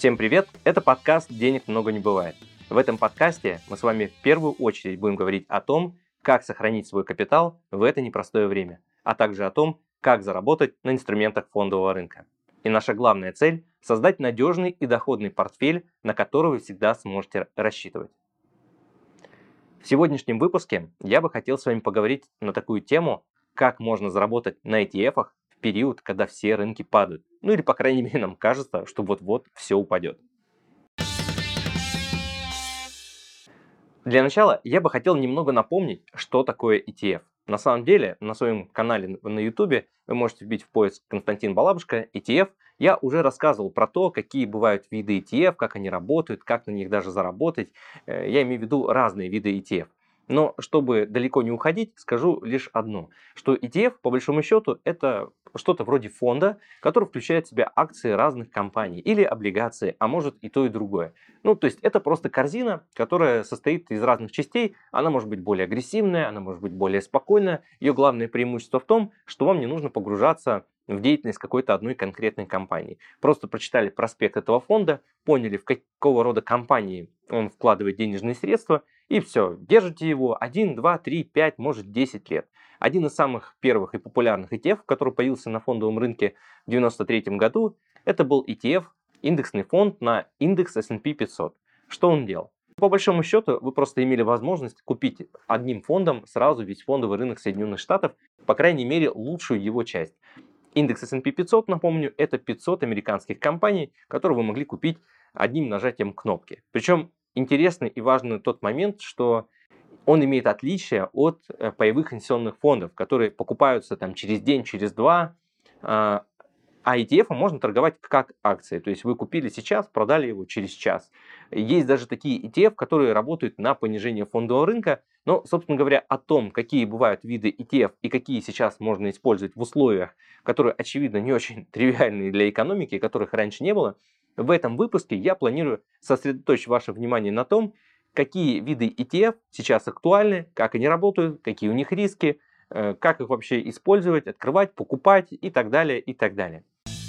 Всем привет! Это подкаст «Денег много не бывает». В этом подкасте мы с вами в первую очередь будем говорить о том, как сохранить свой капитал в это непростое время, а также о том, как заработать на инструментах фондового рынка. И наша главная цель – создать надежный и доходный портфель, на который вы всегда сможете рассчитывать. В сегодняшнем выпуске я бы хотел с вами поговорить на такую тему, как можно заработать на ETF-ах в период, когда все рынки падают. Ну или, по крайней мере, нам кажется, что вот-вот все упадет. Для начала я бы хотел немного напомнить, что такое ETF. На самом деле, на своем канале на YouTube вы можете вбить в поиск Константин Балабушка ETF. Я уже рассказывал про то, какие бывают виды ETF, как они работают, как на них даже заработать. Я имею в виду разные виды ETF. Но чтобы далеко не уходить, скажу лишь одно, что ETF, по большому счету, это что-то вроде фонда, который включает в себя акции разных компаний или облигации, а может и то, и другое. Ну, то есть это просто корзина, которая состоит из разных частей. Она может быть более агрессивная, она может быть более спокойная. Ее главное преимущество в том, что вам не нужно погружаться в деятельность какой-то одной конкретной компании. Просто прочитали проспект этого фонда, поняли, в какого рода компании он вкладывает денежные средства, и все, держите его 1, 2, 3, 5, может 10 лет. Один из самых первых и популярных ETF, который появился на фондовом рынке в 1993 году, это был ETF, индексный фонд на индекс S&P 500. Что он делал? По большому счету, вы просто имели возможность купить одним фондом сразу весь фондовый рынок Соединенных Штатов, по крайней мере, лучшую его часть. Индекс S&P 500, напомню, это 500 американских компаний, которые вы могли купить одним нажатием кнопки. Причем интересный и важный тот момент, что он имеет отличие от паевых инвестиционных фондов, которые покупаются там через день, через два, а ETF можно торговать как акции. То есть вы купили сейчас, продали его через час. Есть даже такие ETF, которые работают на понижение фондового рынка. Но, собственно говоря, о том, какие бывают виды ETF и какие сейчас можно использовать в условиях, которые, очевидно, не очень тривиальные для экономики, которых раньше не было, в этом выпуске я планирую сосредоточить ваше внимание на том, какие виды ETF сейчас актуальны, как они работают, какие у них риски, как их вообще использовать, открывать, покупать и так далее, и так далее.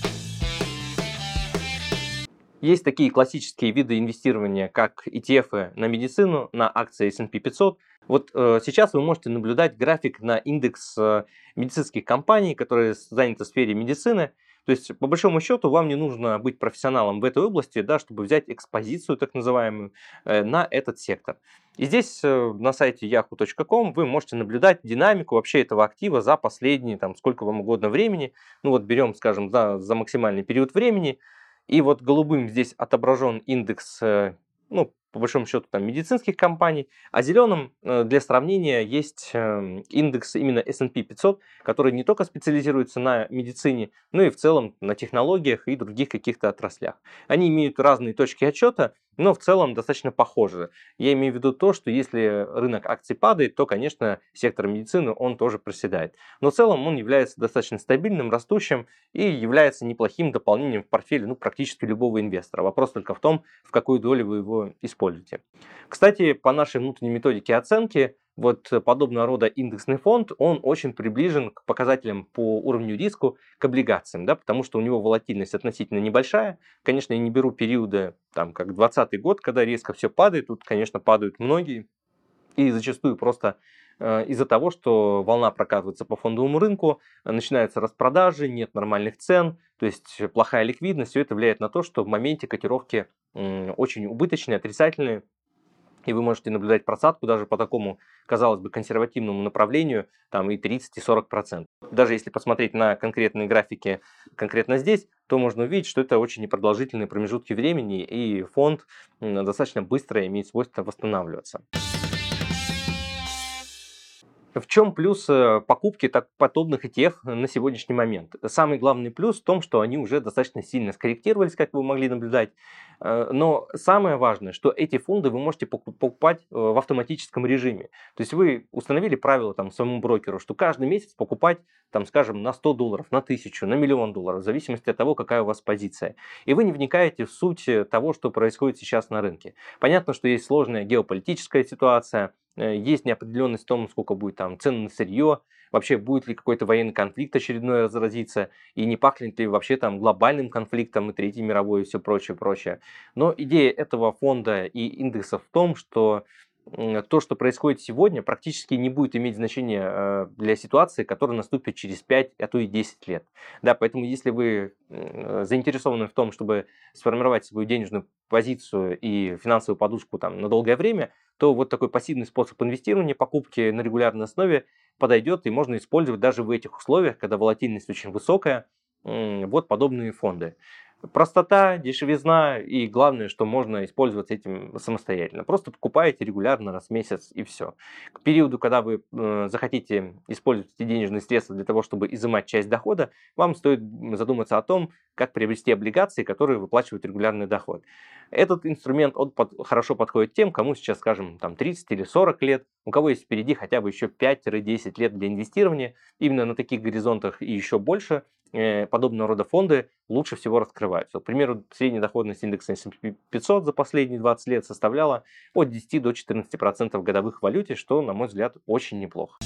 Есть такие классические виды инвестирования, как ETF на медицину, на акции S&P 500. Вот сейчас вы можете наблюдать график на индекс медицинских компаний, которые заняты в сфере медицины. То есть, по большому счету, вам не нужно быть профессионалом в этой области, да, чтобы взять экспозицию, так называемую, на этот сектор. И здесь на сайте yahoo.com вы можете наблюдать динамику вообще этого актива за последние, там, сколько вам угодно времени. Ну вот берем, скажем, за максимальный период времени. И вот голубым здесь отображен индекс, ну, по большому счету, там, медицинских компаний, а зеленым для сравнения есть индекс именно S&P 500, который не только специализируется на медицине, но и в целом на технологиях и других каких-то отраслях. Они имеют разные точки отчета, но в целом достаточно похожи. Я имею в виду то, что если рынок акций падает, то, конечно, сектор медицины, он тоже проседает. Но в целом он является достаточно стабильным, растущим и является неплохим дополнением в портфеле, ну, практически любого инвестора. Вопрос только в том, в какую долю вы его используете. Кстати, по нашей внутренней методике оценки, вот подобного рода индексный фонд, он очень приближен к показателям по уровню риска к облигациям, да, потому что у него волатильность относительно небольшая. Конечно, я не беру периоды, там, как 2020 год, когда резко все падает, тут, конечно, падают многие, и зачастую просто из-за того, что волна прокатывается по фондовому рынку, начинаются распродажи, нет нормальных цен, то есть плохая ликвидность, все это влияет на то, что в моменте котировки очень убыточные, отрицательные, и вы можете наблюдать просадку даже по такому, казалось бы, консервативному направлению, там и 30, и 40%. Даже если посмотреть на конкретные графики конкретно здесь, то можно увидеть, что это очень непродолжительные промежутки времени, и фонд достаточно быстро имеет свойство восстанавливаться. В чем плюс покупки подобных ETF на сегодняшний момент? Самый главный плюс в том, что они уже достаточно сильно скорректировались, как вы могли наблюдать. Но самое важное, что эти фонды вы можете покупать в автоматическом режиме. То есть вы установили правило там, своему брокеру, что каждый месяц покупать, там, скажем, на $100, на 1000, на $1 000 000, в зависимости от того, какая у вас позиция. И вы не вникаете в суть того, что происходит сейчас на рынке. Понятно, что есть сложная геополитическая ситуация, есть неопределенность в том, сколько будет там цен на сырье, вообще будет ли какой-то военный конфликт очередной разразиться, и не пахнет ли вообще там глобальным конфликтом и Третьей мировой и все прочее, прочее. Но идея этого фонда и индексов в том, что то, что происходит сегодня, практически не будет иметь значения для ситуации, которая наступит через 5, а то и 10 лет. Да, поэтому если вы заинтересованы в том, чтобы сформировать свою денежную позицию и финансовую подушку там, на долгое время, то вот такой пассивный способ инвестирования, покупки на регулярной основе подойдет и можно использовать даже в этих условиях, когда волатильность очень высокая, вот подобные фонды. Простота, дешевизна и главное, что можно использовать этим самостоятельно. Просто покупаете регулярно раз в месяц и все. К периоду, когда вы захотите использовать эти денежные средства для того, чтобы изымать часть дохода, вам стоит задуматься о том, как приобрести облигации, которые выплачивают регулярный доход. Этот инструмент хорошо подходит тем, кому сейчас, скажем, там 30 или 40 лет, у кого есть впереди хотя бы еще 5-10 лет для инвестирования. Именно на таких горизонтах и еще больше подобного рода фонды лучше всего раскрываются. К примеру, средняя доходность индекса S&P 500 за последние 20 лет составляла от 10 до 14% годовых в валюте, что, на мой взгляд, очень неплохо.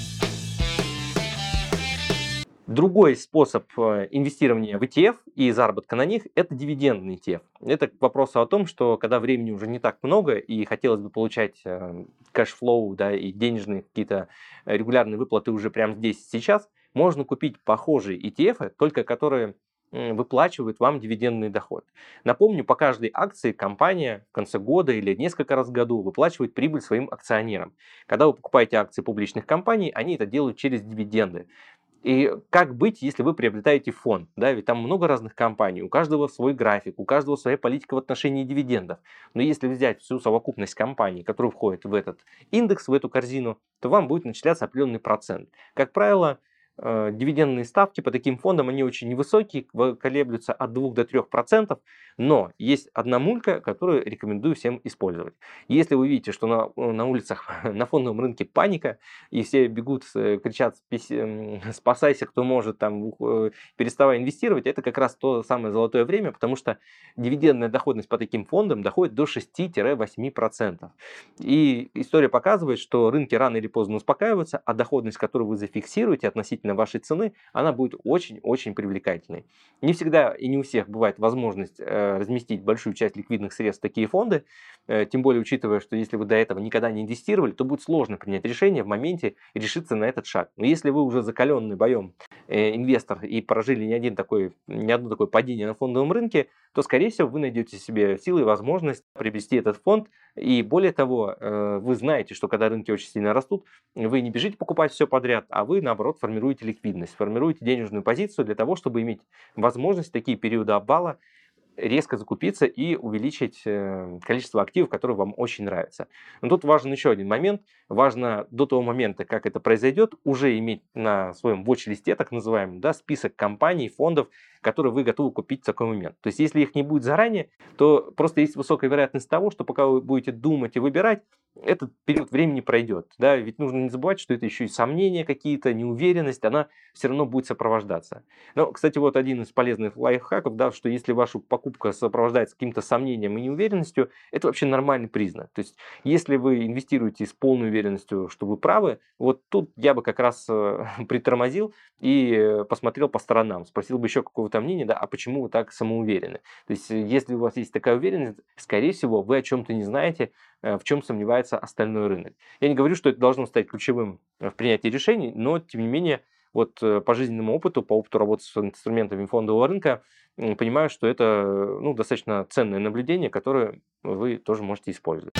Другой способ инвестирования в ETF и заработка на них – это дивидендный ETF. Это к вопросу о том, что когда времени уже не так много и хотелось бы получать кэшфлоу, да, и денежные какие-то регулярные выплаты уже прямо здесь и сейчас, можно купить похожие ETF, только которые выплачивают вам дивидендный доход. Напомню, по каждой акции компания в конце года или несколько раз в году выплачивает прибыль своим акционерам. Когда вы покупаете акции публичных компаний, они это делают через дивиденды. И как быть, если вы приобретаете фонд? Да, ведь там много разных компаний, у каждого свой график, у каждого своя политика в отношении дивидендов. Но если взять всю совокупность компаний, которые входят в этот индекс, в эту корзину, то вам будет начисляться определенный процент. Как правило, дивидендные ставки по таким фондам, они очень невысокие, колеблются от 2 до 3%, но есть одна мулька, которую рекомендую всем использовать. Если вы видите, что на улицах, на фондовом рынке паника, и все бегут, кричат, спасайся, кто может, там, переставай инвестировать, это как раз то самое золотое время, потому что дивидендная доходность по таким фондам доходит до 6-8%. И история показывает, что рынки рано или поздно успокаиваются, а доходность, которую вы зафиксируете относительно вашей цены, она будет очень-очень привлекательной. Не всегда и не у всех бывает возможность разместить большую часть ликвидных средств в такие фонды, тем более учитывая, что если вы до этого никогда не инвестировали, то будет сложно принять решение в моменте и решиться на этот шаг. Но если вы уже закаленный боем инвестор и прожили ни одно такое падение на фондовом рынке, то, скорее всего, вы найдете себе силы и возможность приобрести этот фонд. И более того, вы знаете, что когда рынки очень сильно растут, вы не бежите покупать все подряд, а вы, наоборот, формируете ликвидность, формируете денежную позицию для того, чтобы иметь возможность в такие периоды обвала резко закупиться и увеличить количество активов, которые вам очень нравятся. Но тут важен еще один момент. Важно до того момента, как это произойдет, уже иметь на своем watch-листе, так называемом, да, список компаний, фондов, которые вы готовы купить в такой момент. То есть, если их не будет заранее, то просто есть высокая вероятность того, что пока вы будете думать и выбирать, этот период времени пройдет. Да? Ведь нужно не забывать, что это еще и сомнения какие-то, неуверенность, она все равно будет сопровождаться. Но, кстати, вот один из полезных лайфхаков, да, что если ваша покупка сопровождается каким-то сомнением и неуверенностью, это вообще нормальный признак. То есть, если вы инвестируете с полной уверенностью, что вы правы, вот тут я бы как раз притормозил и посмотрел по сторонам, спросил бы еще какого-то мнения, да, а почему вы так самоуверены? То есть, если у вас есть такая уверенность, скорее всего, вы о чем-то не знаете, в чем сомневается остальной рынок. Я не говорю, что это должно стать ключевым в принятии решений, но, тем не менее, вот по жизненному опыту, по опыту работы с инструментами фондового рынка, понимаю, что это достаточно ценное наблюдение, которое вы тоже можете использовать.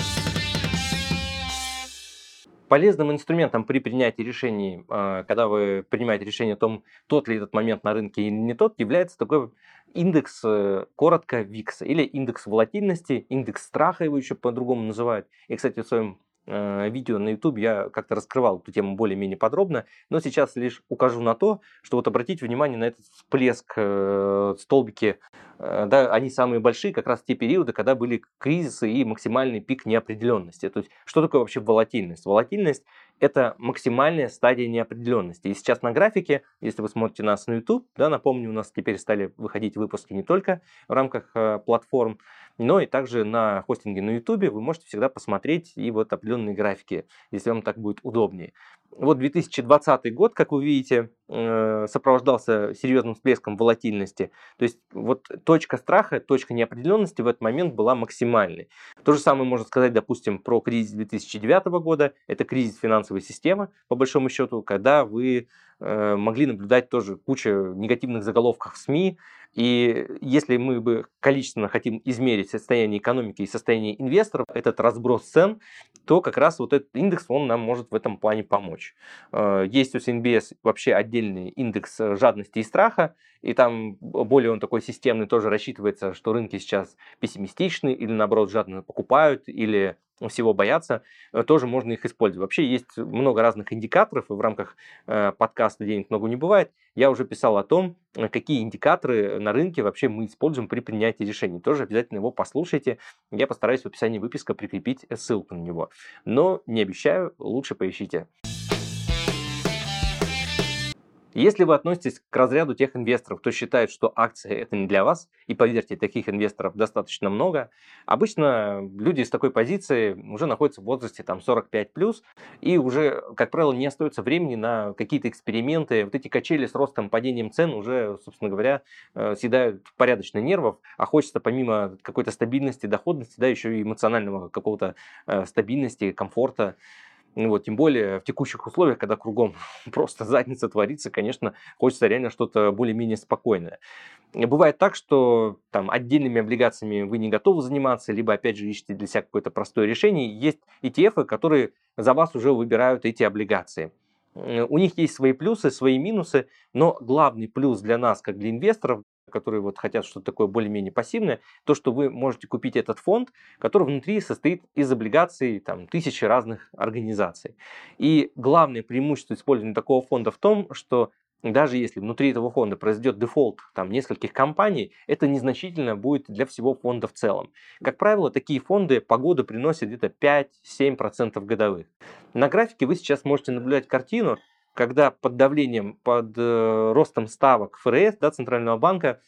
Полезным инструментом при принятии решений, когда вы принимаете решение о том, тот ли этот момент на рынке или не тот, является такой индекс, коротко ВИКС, или индекс волатильности, индекс страха его еще по-другому называют. И, кстати, в своем видео на YouTube я как-то раскрывал эту тему более-менее подробно, но сейчас лишь укажу на то, что вот обратите внимание на этот всплеск, столбики да, они самые большие как раз в те периоды, когда были кризисы и максимальный пик неопределенности. То есть, что такое вообще волатильность? Волатильность – это максимальная стадия неопределенности. И сейчас на графике, если вы смотрите нас на YouTube, да, напомню, у нас теперь стали выходить выпуски не только в рамках платформ, но и также на хостинге на YouTube вы можете всегда посмотреть и вот определенные графики, если вам так будет удобнее. Вот 2020 год, как вы видите, сопровождался серьезным всплеском волатильности. То есть вот точка страха, точка неопределенности в этот момент была максимальной. То же самое можно сказать, допустим, про кризис 2009 года. Это кризис финансовой системы, по большому счету, когда вы могли наблюдать тоже кучу негативных заголовков в СМИ. И если мы бы количественно хотим измерить состояние экономики и состояние инвесторов, этот разброс цен, то как раз вот этот индекс, он нам может в этом плане помочь. Есть у СНБС вообще отдельный индекс жадности и страха, и там более он такой системный, тоже рассчитывается, что рынки сейчас пессимистичны или наоборот жадно покупают, или всего боятся, тоже можно их использовать. Вообще есть много разных индикаторов, и в рамках подкаста «Денег много не бывает» я уже писал о том, какие индикаторы на рынке вообще мы используем при принятии решений. Тоже обязательно его послушайте. Я постараюсь в описании выпуска прикрепить ссылку на него. Но не обещаю, лучше поищите. Если вы относитесь к разряду тех инвесторов, кто считает, что акции это не для вас, и поверьте, таких инвесторов достаточно много, обычно люди с такой позиции уже находятся в возрасте там, 45+, и уже, как правило, не остается времени на какие-то эксперименты. Вот эти качели с ростом, падением цен уже, собственно говоря, съедают порядочно нервов, а хочется помимо какой-то стабильности, доходности, да, еще и эмоционального какого-то стабильности, комфорта. Ну вот, тем более в текущих условиях, когда кругом просто задница творится, конечно, хочется реально что-то более-менее спокойное. Бывает так, что там отдельными облигациями вы не готовы заниматься, либо опять же ищете для себя какое-то простое решение. Есть ETF, которые за вас уже выбирают эти облигации. У них есть свои плюсы, свои минусы, но главный плюс для нас, как для инвесторов, которые вот хотят что-то такое более-менее пассивное, то, что вы можете купить этот фонд, который внутри состоит из облигаций там, тысячи разных организаций. И главное преимущество использования такого фонда в том, что даже если внутри этого фонда произойдет дефолт там, нескольких компаний, это незначительно будет для всего фонда в целом. Как правило, такие фонды по году приносят где-то 5-7% годовых. На графике вы сейчас можете наблюдать картину, когда под давлением, под ростом ставок ФРС, да, Центрального банка,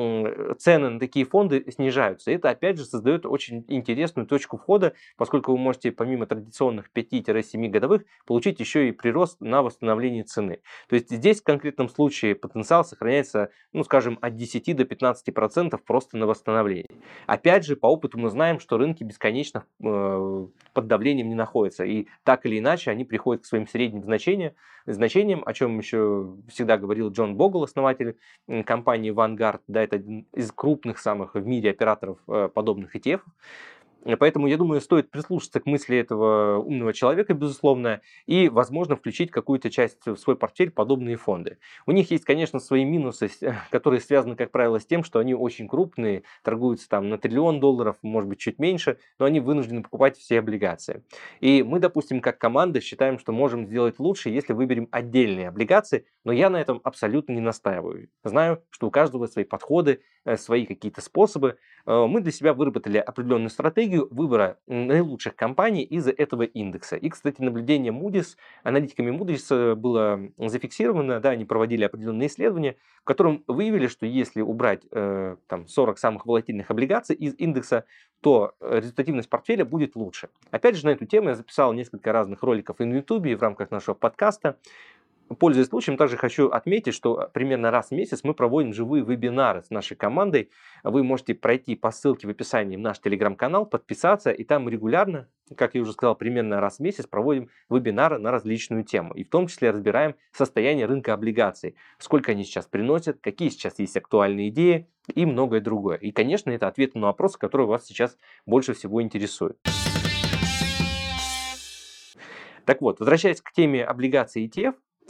цены на такие фонды снижаются. Это опять же создает очень интересную точку входа, поскольку вы можете помимо традиционных 5-7 годовых получить еще и прирост на восстановление цены. То есть здесь в конкретном случае потенциал сохраняется, ну скажем, от 10 до 15% просто на восстановление. Опять же, по опыту мы знаем, что рынки бесконечно под давлением не находятся. И так или иначе они приходят к своим средним значениям, о чем еще всегда говорил Джон Богл, основатель компании Vanguard. Да, это один из крупных самых в мире операторов подобных ETF. Поэтому, я думаю, стоит прислушаться к мысли этого умного человека, безусловно, и, возможно, включить какую-то часть в свой портфель подобные фонды. У них есть, конечно, свои минусы, которые связаны, как правило, с тем, что они очень крупные, торгуются там на $1 триллион, может быть, чуть меньше, но они вынуждены покупать все облигации. И мы, допустим, как команда считаем, что можем сделать лучше, если выберем отдельные облигации, но я на этом абсолютно не настаиваю. Знаю, что у каждого свои подходы, свои какие-то способы. Мы для себя выработали определенную стратегию выбора наилучших компаний из этого индекса. И, кстати, наблюдение Moody's, аналитиками Moody's было зафиксировано, да, они проводили определенные исследования, в котором выявили, что если убрать там, 40 самых волатильных облигаций из индекса, то результативность портфеля будет лучше. Опять же, на эту тему я записал несколько разных роликов и на YouTube, и в рамках нашего подкаста. Пользуясь случаем, также хочу отметить, что примерно раз в месяц мы проводим живые вебинары с нашей командой. Вы можете пройти по ссылке в описании в наш телеграм-канал, подписаться, и там мы регулярно, как я уже сказал, примерно раз в месяц проводим вебинары на различную тему. И в том числе разбираем состояние рынка облигаций, сколько они сейчас приносят, какие сейчас есть актуальные идеи и многое другое. И, конечно, это ответы на вопросы, которые вас сейчас больше всего интересуют. Так вот, возвращаясь к теме облигаций ETF,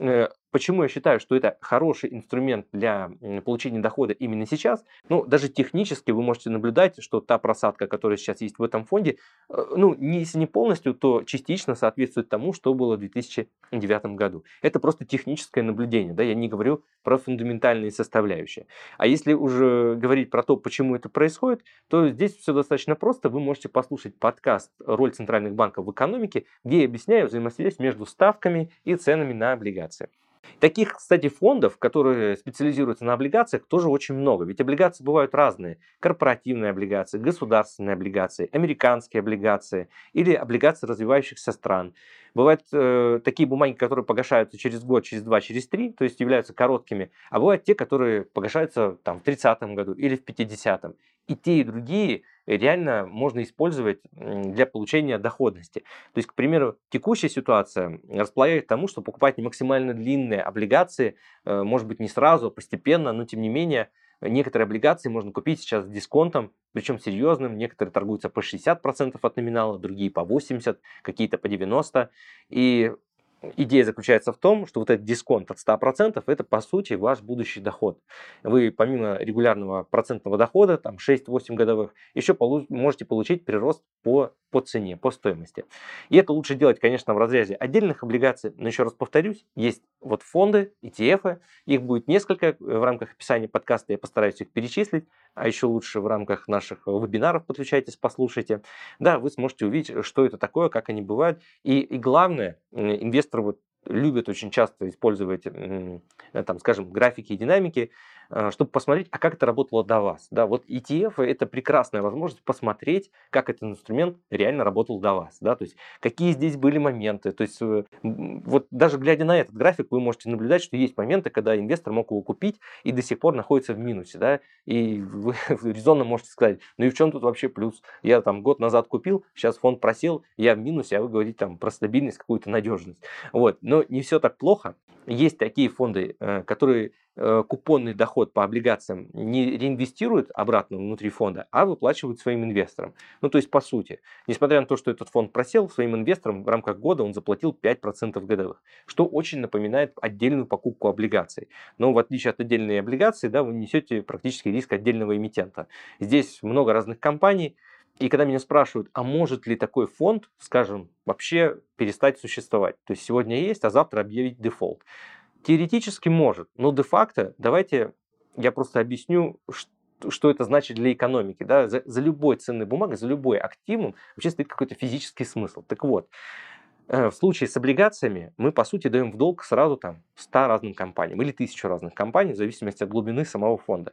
Почему я считаю, что это хороший инструмент для получения дохода именно сейчас? Ну, даже технически вы можете наблюдать, что та просадка, которая сейчас есть в этом фонде, ну, если не полностью, то частично соответствует тому, что было в 2009 году. Это просто техническое наблюдение, да, я не говорю про фундаментальные составляющие. А если уже говорить про то, почему это происходит, то здесь все достаточно просто. Вы можете послушать подкаст «Роль центральных банков в экономике», где я объясняю взаимосвязь между ставками и ценами на облигации. Таких, кстати, фондов, которые специализируются на облигациях, тоже очень много. Ведь облигации бывают разные. Корпоративные облигации, государственные облигации, американские облигации или облигации развивающихся стран. Бывают такие бумаги, которые погашаются через год, через два, через три, то есть являются короткими. А бывают те, которые погашаются там, в 30-м году или в 50-м. И те, и другие реально можно использовать для получения доходности. То есть, к примеру, текущая ситуация располагает к тому, что покупать максимально длинные облигации, может быть, не сразу, а постепенно, но тем не менее, некоторые облигации можно купить сейчас с дисконтом, причем серьезным. Некоторые торгуются по 60% от номинала, другие по 80%, какие-то по 90%. И идея заключается в том, что вот этот дисконт от 100% это по сути ваш будущий доход. Вы помимо регулярного процентного дохода, там 6-8 годовых, еще можете получить прирост по цене, по стоимости. И это лучше делать, конечно, в разрезе отдельных облигаций, но еще раз повторюсь, есть вот фонды, ETF, их будет несколько, в рамках описания подкаста я постараюсь их перечислить, а еще лучше в рамках наших вебинаров подключайтесь, послушайте. Да, вы сможете увидеть, что это такое, как они бывают. И главное, инвесторы вот любят очень часто использовать, там, скажем, графики и динамики, чтобы посмотреть, а как это работало до вас. Да, вот ETF это прекрасная возможность посмотреть, как этот инструмент реально работал до вас. Да, то есть какие здесь были моменты. То есть вот даже глядя на этот график, вы можете наблюдать, что есть моменты, когда инвестор мог его купить и до сих пор находится в минусе. Да, и вы резонно можете сказать, ну и в чем тут вообще плюс? Я там год назад купил, сейчас фонд просел, я в минусе, а вы говорите там про стабильность, какую-то надежность. Вот. Но не все так плохо. Есть такие фонды, которые купонный доход по облигациям не реинвестируют обратно внутри фонда, а выплачивают своим инвесторам. Ну, то есть, по сути, несмотря на то, что этот фонд просел, своим инвесторам в рамках года он заплатил 5% годовых, что очень напоминает отдельную покупку облигаций. Но в отличие от отдельной облигации, да, вы несете практически риск отдельного эмитента. Здесь много разных компаний, и когда меня спрашивают, а может ли такой фонд, скажем, вообще перестать существовать? То есть сегодня есть, а завтра объявить дефолт. Теоретически может, но де-факто давайте я просто объясню, что это значит для экономики. Да? За любой ценной бумагой, за любой активом вообще стоит какой-то физический смысл. Так вот, в случае с облигациями мы, по сути, даем в долг сразу там 100 разным компаниям или 1000 разных компаний, в зависимости от глубины самого фонда.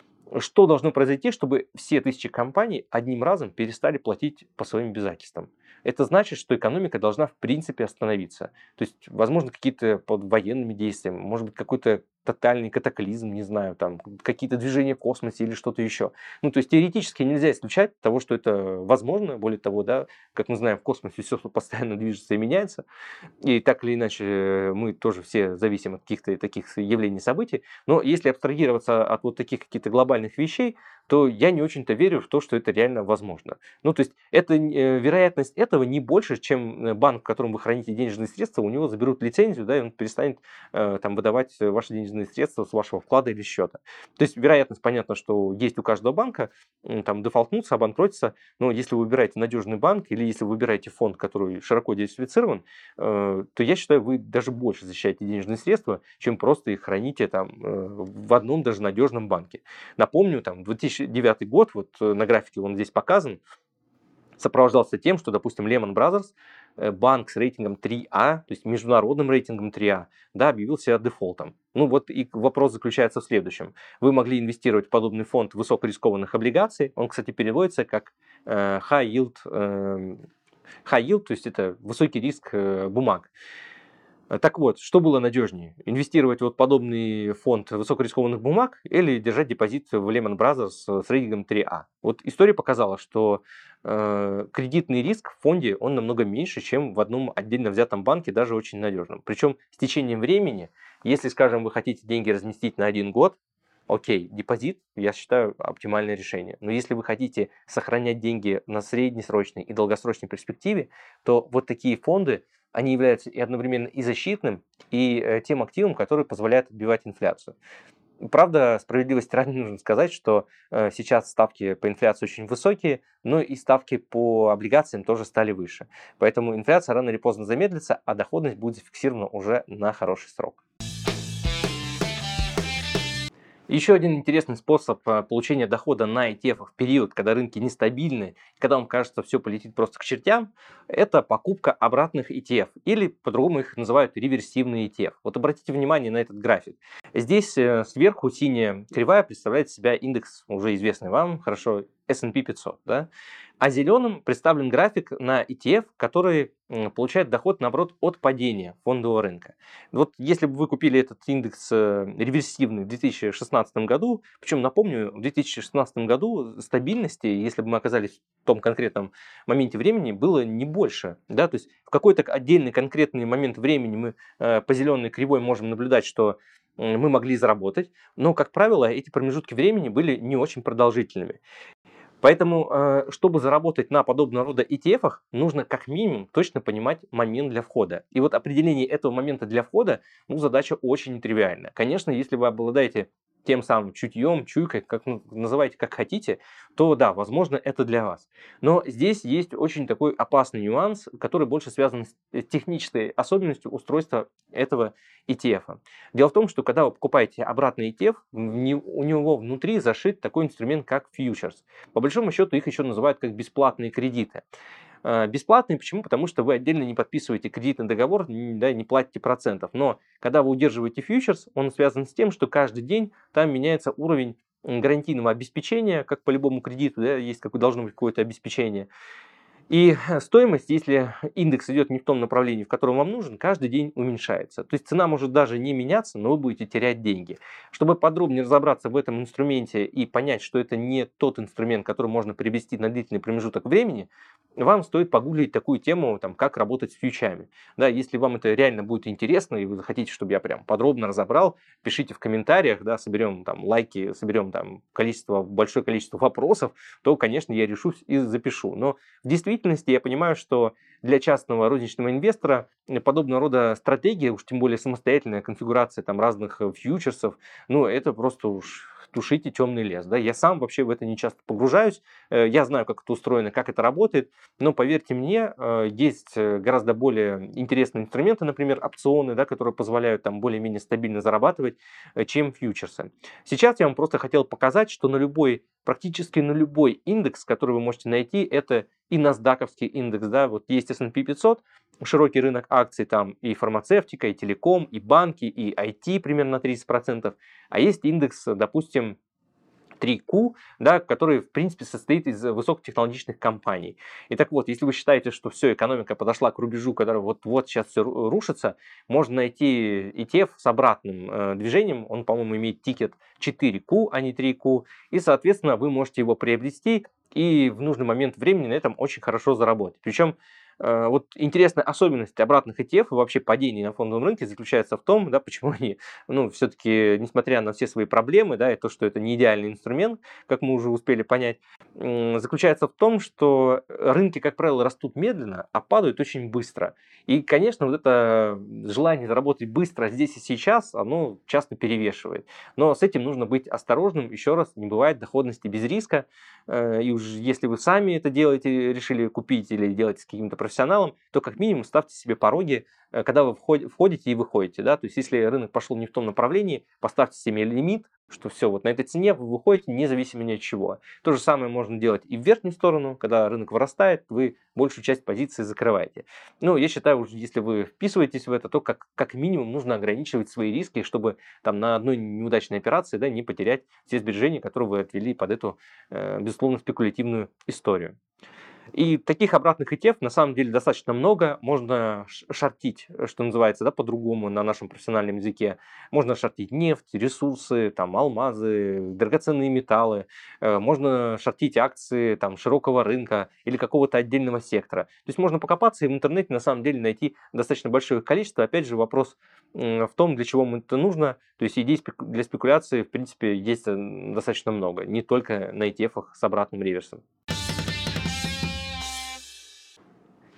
Что должно произойти, чтобы все 1000 компаний одним разом перестали платить по своим обязательствам? Это значит, что экономика должна в принципе остановиться. То есть, возможно, какие-то под военными действиями, может быть, какой-то тотальный катаклизм, не знаю, там какие-то движения в космосе или что-то еще. Ну, то есть теоретически нельзя исключать того, что это возможно. Более того, да, как мы знаем, в космосе все постоянно движется и меняется. И так или иначе мы тоже все зависим от каких-то таких явлений, событий. Но если абстрагироваться от вот таких каких-то глобальных вещей, то я не очень-то верю в то, что это реально возможно. Ну, то есть это, вероятность этого не больше, чем банк, в котором вы храните денежные средства, у него заберут лицензию, да, и он перестанет там выдавать ваши денежные средства с вашего вклада или счета. То есть вероятность, понятно, что есть у каждого банка, там дефолтнуться, обанкротиться, но если вы выбираете надежный банк или если вы выбираете фонд, который широко диверсифицирован, то я считаю, вы даже больше защищаете денежные средства, чем просто их храните там в одном даже надежном банке. Напомню, там 2009 год, вот на графике он здесь показан, сопровождался тем, что, допустим, Lehman Brothers, банк с рейтингом 3А, то есть международным рейтингом 3А, да, объявил себя дефолтом. Ну вот и вопрос заключается в следующем. Вы могли инвестировать в подобный фонд высокорискованных облигаций, он, кстати, переводится как high yield, то есть это высокий риск бумаг. Так вот, что было надежнее? Инвестировать в вот подобный фонд высокорискованных бумаг или держать депозит в Lehman Brothers с рейтингом 3А? Вот история показала, что кредитный риск в фонде, он намного меньше, чем в одном отдельно взятом банке, даже очень надежном. Причем с течением времени, если, скажем, вы хотите деньги разместить на 1 год, окей, депозит, я считаю, оптимальное решение. Но если вы хотите сохранять деньги на среднесрочной и долгосрочной перспективе, то вот такие фонды они являются и одновременно и защитным, и тем активом, который позволяет отбивать инфляцию. Правда, справедливости ради нужно сказать, что сейчас ставки по инфляции очень высокие, но и ставки по облигациям тоже стали выше. Поэтому инфляция рано или поздно замедлится, а доходность будет зафиксирована уже на хороший срок. Еще один интересный способ получения дохода на ETF в период, когда рынки нестабильны, когда вам кажется, все полетит просто к чертям, это покупка обратных ETF, или по-другому их называют реверсивные ETF. Вот обратите внимание на этот график. Здесь сверху синяя кривая представляет из себя индекс, уже известный вам, хорошо, S&P 500, да? А зеленым представлен график на ETF, который получает доход, наоборот, от падения фондового рынка. Вот если бы вы купили этот индекс реверсивный в 2016 году, причем, напомню, в 2016 году стабильности, если бы мы оказались в том конкретном моменте времени, было не больше. Да? То есть в какой-то отдельный конкретный момент времени мы по зеленой кривой можем наблюдать, что мы могли заработать, но, как правило, эти промежутки времени были не очень продолжительными. Поэтому, чтобы заработать на подобного рода ETF, нужно как минимум точно понимать момент для входа. И вот определение этого момента для входа, ну, задача очень нетривиальная. Конечно, если вы обладаете тем самым чутьем, чуйкой, как называйте как хотите, то да, возможно, это для вас. Но здесь есть очень такой опасный нюанс, который больше связан с технической особенностью устройства этого ETF. Дело в том, что когда вы покупаете обратный ETF, у него внутри зашит такой инструмент, как фьючерс. По большому счету их еще называют как бесплатные кредиты. Бесплатные почему? Потому что вы отдельно не подписываете кредитный договор, да, не платите процентов. Но когда вы удерживаете фьючерс, он связан с тем, что каждый день там меняется уровень гарантийного обеспечения, как по любому кредиту, да, есть должно быть какое-то обеспечение. И стоимость, если индекс идет не в том направлении, в котором вам нужен, каждый день уменьшается. То есть цена может даже не меняться, но вы будете терять деньги. Чтобы подробнее разобраться в этом инструменте и понять, что это не тот инструмент, который можно приобрести на длительный промежуток времени, вам стоит погуглить такую тему, там, как работать с фьючами. Да, если вам это реально будет интересно, и вы захотите, чтобы я прям подробно разобрал, пишите в комментариях, да, соберем там лайки, соберем там большое количество вопросов, то, конечно, я решусь и запишу. Но в действительности я понимаю, что для частного розничного инвестора подобного рода стратегия, уж тем более самостоятельная конфигурация там разных фьючерсов, ну, это просто уж тушите темный лес. Да? Я сам вообще в это не часто погружаюсь, я знаю, как это устроено, как это работает, но поверьте мне, есть гораздо более интересные инструменты, например, опционы, да, которые позволяют там более-менее стабильно зарабатывать, чем фьючерсы. Сейчас я вам просто хотел показать, что практически на любой индекс, который вы можете найти, это и насдаковский индекс, да, вот есть S&P 500, широкий рынок акций, там и фармацевтика, и телеком, и банки, и IT примерно на 30%, а есть индекс, допустим, 3Q, да, который, в принципе, состоит из высокотехнологичных компаний. И так вот, если вы считаете, что все, экономика подошла к рубежу, который вот-вот сейчас все рушится, можно найти ETF с обратным движением, он, по-моему, имеет тикет 4Q, а не 3Q, и, соответственно, вы можете его приобрести и в нужный момент времени на этом очень хорошо заработать. Причем вот интересная особенность обратных ETF и вообще падений на фондовом рынке заключается в том, да, почему они, ну, все-таки, несмотря на все свои проблемы, да, и то, что это не идеальный инструмент, как мы уже успели понять, заключается в том, что рынки, как правило, растут медленно, а падают очень быстро. И, конечно, вот это желание заработать быстро здесь и сейчас, оно часто перевешивает. Но с этим нужно быть осторожным. Еще раз, не бывает доходности без риска. И уж если вы сами это делаете, решили купить или делать с каким-то профессионалом, то как минимум ставьте себе пороги, когда вы входите и выходите. Да? То есть если рынок пошел не в том направлении, поставьте себе лимит, что все, вот на этой цене вы выходите независимо ни от чего. То же самое можно делать и в верхнюю сторону, когда рынок вырастает, вы большую часть позиции закрываете. Ну, я считаю, уже если вы вписываетесь в это, то как минимум нужно ограничивать свои риски, чтобы там на одной неудачной операции, да, не потерять все сбережения, которые вы отвели под эту, безусловно, спекулятивную историю. И таких обратных ETF на самом деле достаточно много. Можно шортить, что называется, да, по-другому на нашем профессиональном языке. Можно шортить нефть, ресурсы, там, алмазы, драгоценные металлы. Можно шортить акции там, широкого рынка или какого-то отдельного сектора. То есть можно покопаться и в интернете на самом деле найти достаточно большое количество. Опять же, вопрос в том, для чего вам это нужно. То есть идей для спекуляции, в принципе, есть достаточно много. Не только на ETF с обратным реверсом.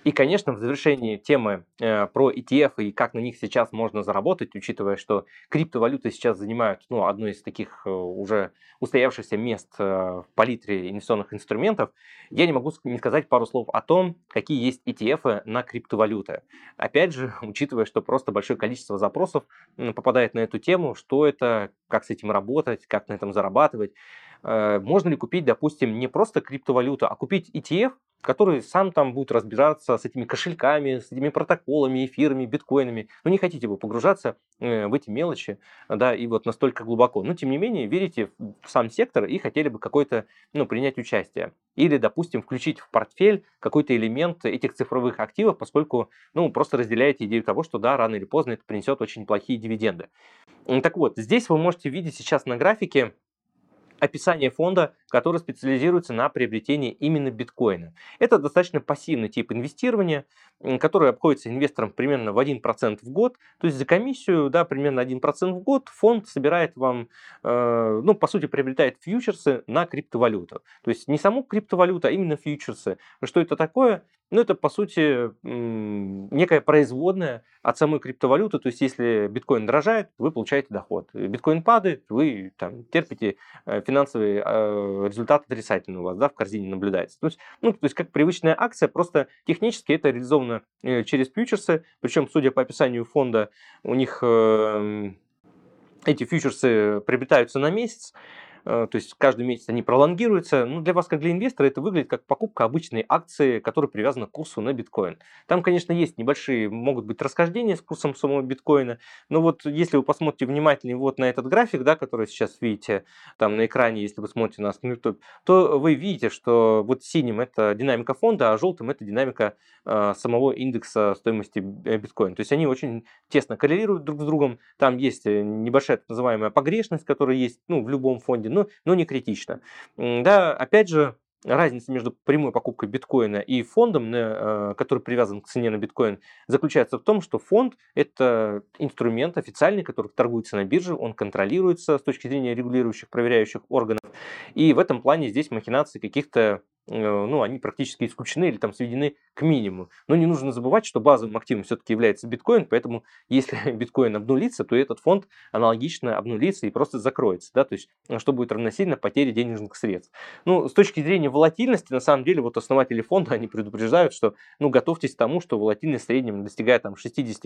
И, конечно, в завершении темы про ETF и как на них сейчас можно заработать, учитывая, что криптовалюты сейчас занимают одно из таких уже устоявшихся мест в палитре инвестиционных инструментов, я не могу не сказать пару слов о том, какие есть ETF на криптовалюты. Опять же, учитывая, что просто большое количество запросов попадает на эту тему, что это, как с этим работать, как на этом зарабатывать. Можно ли купить, допустим, не просто криптовалюту, а купить ETF, который сам там будет разбираться с этими кошельками, с этими протоколами, эфирами, биткоинами. Но не хотите вы погружаться в эти мелочи, да, и вот настолько глубоко. Но, тем не менее, верите в сам сектор и хотели бы какой-то, принять участие. Или, допустим, включить в портфель какой-то элемент этих цифровых активов, поскольку, просто разделяете идею того, что, да, рано или поздно это принесет очень плохие дивиденды. Так вот, здесь вы можете видеть сейчас на графике описание фонда, который специализируется на приобретении именно биткоина. Это достаточно пассивный тип инвестирования, который обходится инвесторам примерно в 1% в год. То есть за комиссию, да, примерно 1% в год фонд собирает вам, по сути, приобретает фьючерсы на криптовалюту. То есть не саму криптовалюту, а именно фьючерсы. Что это такое? Это, по сути, некая производная от самой криптовалюты. То есть если биткоин дорожает, вы получаете доход. Биткоин падает, вы там терпите финансовый результат отрицательный у вас, да, в корзине наблюдается. То есть как привычная акция, просто технически это реализовано через фьючерсы, причем, судя по описанию фонда, у них эти фьючерсы приобретаются на месяц, то есть каждый месяц они пролонгируются. Для вас, как для инвестора, это выглядит как покупка обычной акции, которая привязана к курсу на биткоин. Там, конечно, есть небольшие, могут быть расхождения с курсом самого биткоина, но вот если вы посмотрите внимательнее вот на этот график, да, который сейчас видите там на экране, если вы смотрите нас на YouTube, то вы видите, что вот синим это динамика фонда, а желтым это динамика самого индекса стоимости биткоина. То есть они очень тесно коррелируют друг с другом. Там есть небольшая так называемая погрешность, которая есть в любом фонде, но не критично. Да, опять же, разница между прямой покупкой биткоина и фондом, который привязан к цене на биткоин, заключается в том, что фонд – это инструмент официальный, который торгуется на бирже, он контролируется с точки зрения регулирующих, проверяющих органов. И в этом плане здесь махинации каких-то они практически исключены или там сведены к минимуму. Но не нужно забывать, что базовым активом все-таки является биткоин, поэтому если биткоин обнулится, то этот фонд аналогично обнулится и просто закроется, да, то есть что будет равносильно потере денежных средств. С точки зрения волатильности, на самом деле, вот основатели фонда, они предупреждают, что, готовьтесь к тому, что волатильность в среднем достигает там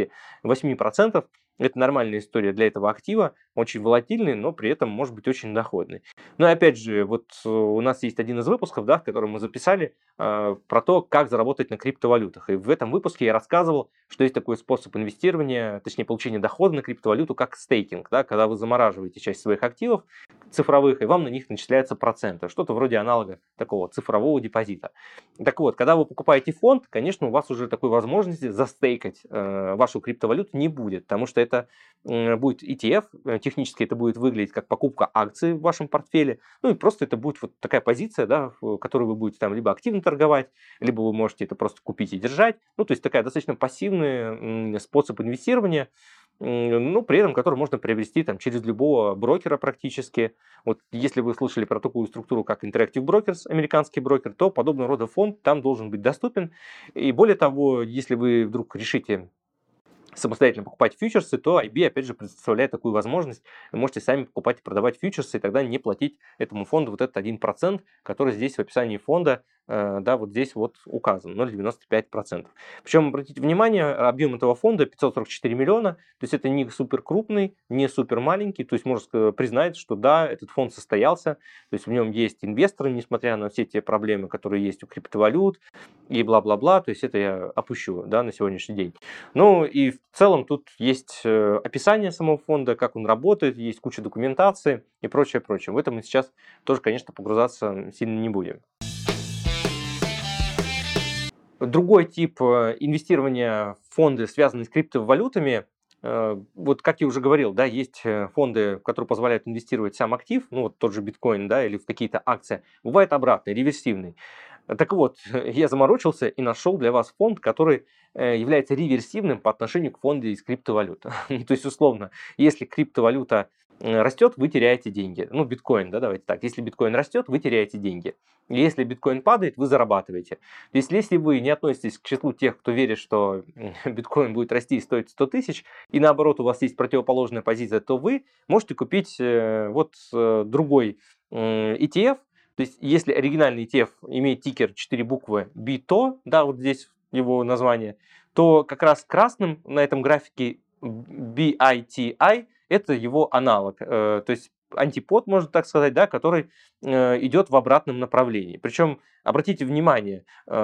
68%. Это нормальная история для этого актива, очень волатильный, но при этом может быть очень доходный. Но опять же, вот у нас есть один из выпусков, да, в котором мы записали про то, как заработать на криптовалютах. И в этом выпуске я рассказывал, что есть такой способ инвестирования, точнее получения дохода на криптовалюту, как стейкинг, да, когда вы замораживаете часть своих активов цифровых, и вам на них начисляются проценты. Что-то вроде аналога такого цифрового депозита. Так вот, когда вы покупаете фонд, конечно, у вас уже такой возможности застейкать вашу криптовалюту не будет, потому что это будет ETF, технически это будет выглядеть как покупка акций в вашем портфеле, и просто это будет вот такая позиция, да, в которой вы будете там либо активно торговать, либо вы можете это просто купить и держать, то есть такая достаточно пассивный способ инвестирования, при этом который можно приобрести там через любого брокера практически. Вот если вы слышали про такую структуру, как Interactive Brokers, американский брокер, то подобного рода фонд там должен быть доступен. И более того, если вы вдруг решите самостоятельно покупать фьючерсы, то IB, опять же, предоставляет такую возможность. Вы можете сами покупать и продавать фьючерсы, и тогда не платить этому фонду вот этот 1%, который здесь в описании фонда, да, вот здесь вот указан, 0,95%. Причем, обратите внимание, объем этого фонда 544 миллиона, то есть это не супер крупный, не супер маленький, то есть можно признать, что да, этот фонд состоялся, то есть в нем есть инвесторы, несмотря на все те проблемы, которые есть у криптовалют и бла-бла-бла, то есть это я опущу, да, на сегодняшний день. И в целом тут есть описание самого фонда, как он работает, есть куча документации и прочее, прочее. В этом мы сейчас тоже, конечно, погружаться сильно не будем. Другой тип инвестирования в фонды, связанные с криптовалютами, вот как я уже говорил, да, есть фонды, которые позволяют инвестировать в сам актив, вот тот же биткоин, да, или в какие-то акции. Бывает обратный, реверсивный. Так вот, я заморочился и нашел для вас фонд, который является реверсивным по отношению к фонду из криптовалют. То есть, условно, если криптовалюта растет, вы теряете деньги. Ну, биткоин, да, давайте так. Если биткоин растет, вы теряете деньги. Если биткоин падает, вы зарабатываете. То есть, если вы не относитесь к числу тех, кто верит, что биткоин будет расти и стоить 100 тысяч, и наоборот, у вас есть противоположная позиция, то вы можете купить другой ETF. То есть, если оригинальный ETF имеет тикер 4 буквы BITO, да, вот здесь его название, то как раз красным на этом графике BITI это его аналог, то есть антипод, можно так сказать, да, который идет в обратном направлении. Причем, обратите внимание,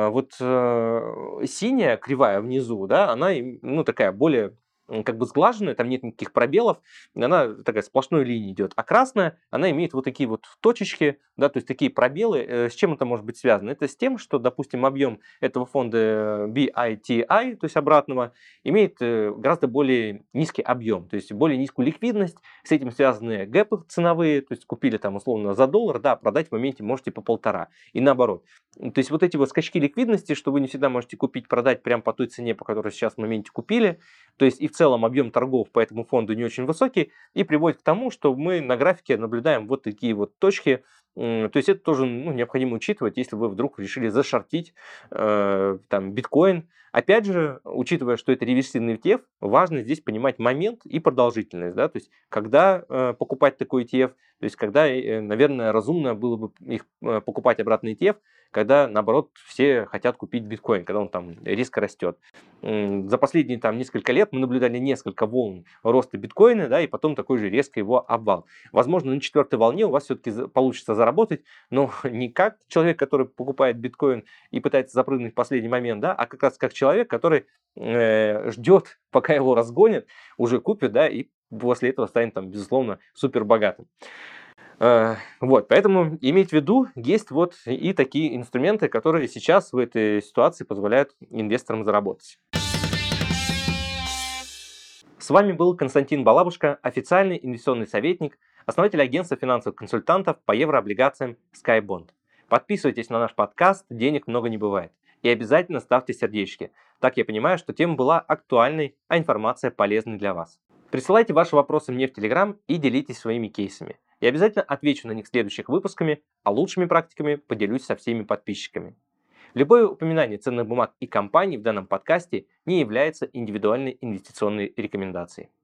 синяя кривая внизу, да, она ну, такая более как бы сглаженная, там нет никаких пробелов, она такая сплошной линией идет. А красная, она имеет вот такие вот точечки, да, то есть такие пробелы. С чем это может быть связано? Это с тем, что, допустим, объем этого фонда BITI, то есть обратного, имеет гораздо более низкий объем, то есть более низкую ликвидность. С этим связаны гэпы ценовые, то есть купили там условно за $1, да, продать в моменте можете по 1,5. И наоборот. То есть вот эти вот скачки ликвидности, что вы не всегда можете купить, продать прямо по той цене, по которой сейчас в моменте купили, то есть и в целом объем торгов по этому фонду не очень высокий, и приводит к тому, что мы на графике наблюдаем вот такие вот точки. То есть это тоже необходимо учитывать, если вы вдруг решили зашортить там биткоин. Опять же, учитывая, что это реверсивный ETF, важно здесь понимать момент и продолжительность. Да? То есть когда покупать такой ETF, то есть когда, наверное, разумно было бы их покупать обратно ETF, когда, наоборот, все хотят купить биткоин, когда он там резко растет. За последние там несколько лет мы наблюдали несколько волн роста биткоина, да, и потом такой же резкий его обвал. Возможно, на четвертой волне у вас все-таки получится заработать, но не как человек, который покупает биткоин и пытается запрыгнуть в последний момент, да, а как раз как человек, который ждет, пока его разгонят, уже купит, да, и после этого станет там, безусловно, супер богатым. Вот, поэтому иметь в виду, есть вот и такие инструменты, которые сейчас в этой ситуации позволяют инвесторам заработать. С вами был Константин Балабушка, официальный инвестиционный советник, основатель агентства финансовых консультантов по еврооблигациям SkyBond. Подписывайтесь на наш подкаст «Денег много не бывает» и обязательно ставьте сердечки. Так я понимаю, что тема была актуальной, а информация полезной для вас. Присылайте ваши вопросы мне в Telegram и делитесь своими кейсами. Я обязательно отвечу на них следующих выпусками, а лучшими практиками поделюсь со всеми подписчиками. Любое упоминание ценных бумаг и компаний в данном подкасте не является индивидуальной инвестиционной рекомендацией.